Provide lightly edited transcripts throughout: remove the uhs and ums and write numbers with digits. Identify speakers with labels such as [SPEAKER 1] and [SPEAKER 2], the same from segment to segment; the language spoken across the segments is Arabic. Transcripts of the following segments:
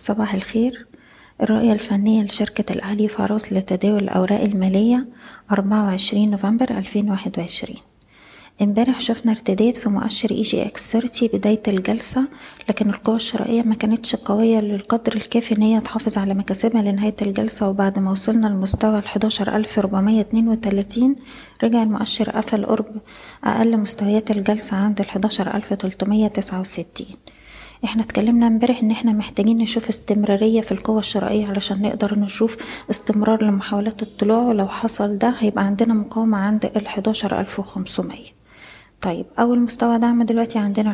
[SPEAKER 1] صباح الخير. الرؤية الفنية لشركة الأهلي فاروس لتداول الأوراق المالية 24 نوفمبر 2021. امبارح شفنا ارتداد في مؤشر EGX30 بداية الجلسة، لكن القوة الشرائية ما كانتش قوية للقدر الكافي ان هي تحافظ على مكاسبها لنهاية الجلسة، وبعد ما وصلنا لمستوى 11432 رجع المؤشر قفل قرب أقل مستويات الجلسة عند 11369. احنا اتكلمنا امبارح ان احنا محتاجين نشوف استمرارية في القوة الشرائية علشان نقدر نشوف استمرار لمحاولات الطلوع، ولو حصل ده هيبقى عندنا مقاومة عند 11500. طيب أول مستوى دعم دلوقتي عندنا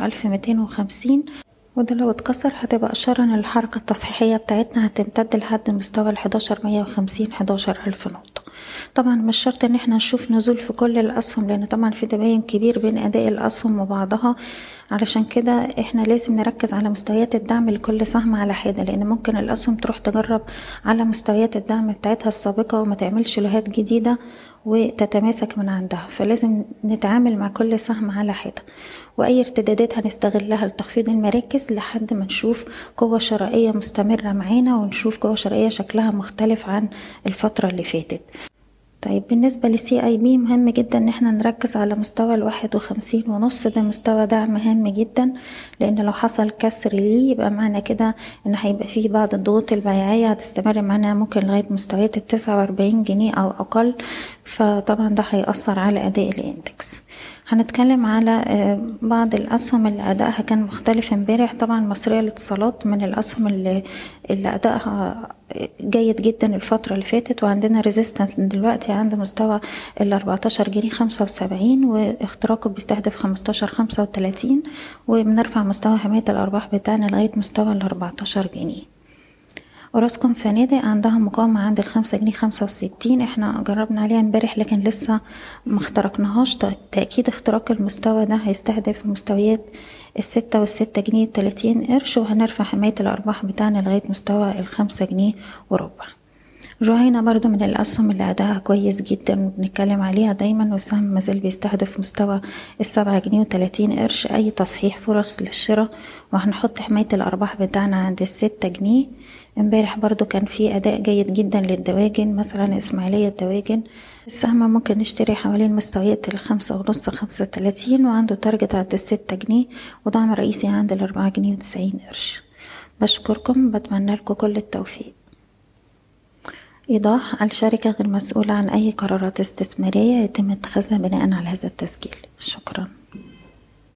[SPEAKER 1] 11250، وده لو اتكسر هتبقى إشارة ان الحركة التصحيحية بتاعتنا هتمتد لحد مستوى 11150 11000 نقطة. طبعا مش شرط ان احنا نشوف نزول في كل الأسهم، لأن طبعا في تباين كبير بين أداء الأسهم وبعضها، علشان كده احنا لازم نركز على مستويات الدعم لكل سهم على حدة، لأن ممكن الأسهم تروح تجرب على مستويات الدعم بتاعتها السابقة وما تعملش لوهات جديدة وتتماسك من عندها، فلازم نتعامل مع كل سهم على حدة، وأي ارتدادات هنستغلها لتخفيض المراكز لحد ما نشوف قوة شرائية مستمرة معانا، ونشوف قوة شرائية شكلها مختلف عن الفترة اللي فاتت. طيب بالنسبة لCIB مهم جدا ان احنا نركز على مستوى 51.5، ده مستوى دعم مهم جدا، لان لو حصل كسر ليه يبقى معنى كده ان هيبقى فيه بعض الضغوط البيعية هتستمر معنا ممكن لغاية مستويات 49 جنيه او اقل، فطبعا ده هيأثر على اداء الاندكس. هنتكلم على بعض الأسهم اللي أدائها كان مختلف امبارح. طبعا مصرية للاتصالات من الأسهم اللي أدائها جيد جدا الفترة اللي فاتت، وعندنا ريزيستنس دلوقتي عند مستوى 14 جنيه 75، واختراقه بيستهدف 15 35، وبنرفع مستوى حماية الأرباح بتاعنا لغاية مستوى 14 جنيه. أوراسكوم فنادق عندها مقاومة عند 5 جنيه 65، احنا جربنا عليها امبارح لكن لسه ما اخترقناهاش. تأكيد اختراق المستوى ده هيستهدف مستويات 6 و6 جنيه 30 قرش، وهنرفع حماية الأرباح بتاعنا لغاية مستوى 5 جنيه وربع. جهينة برضو من الأسهم اللي أداها كويس جدا بنتكلم عليها دايما، والسهم مازال بيستهدف مستوى 7 جنيه و30 قرش. أي تصحيح فرص للشراء، وهنحط حماية الأرباح بتاعنا عند 6 جنيه. امبارح برضو كان في أداء جيد جدا للدواجن، مثلا إسماعيلية الدواجن السهم ممكن نشتري حوالين مستويات 5.5 35، وعنده تارجت عند 6 جنيه، ودعم رئيسي عند 4 جنيه و90 قرش. بشكركم، بتمنى لكم كل التوفيق. إيضاح: الشركة غير مسؤولة عن أي قرارات استثمارية يتم اتخاذها بناء على هذا التسجيل. شكرا.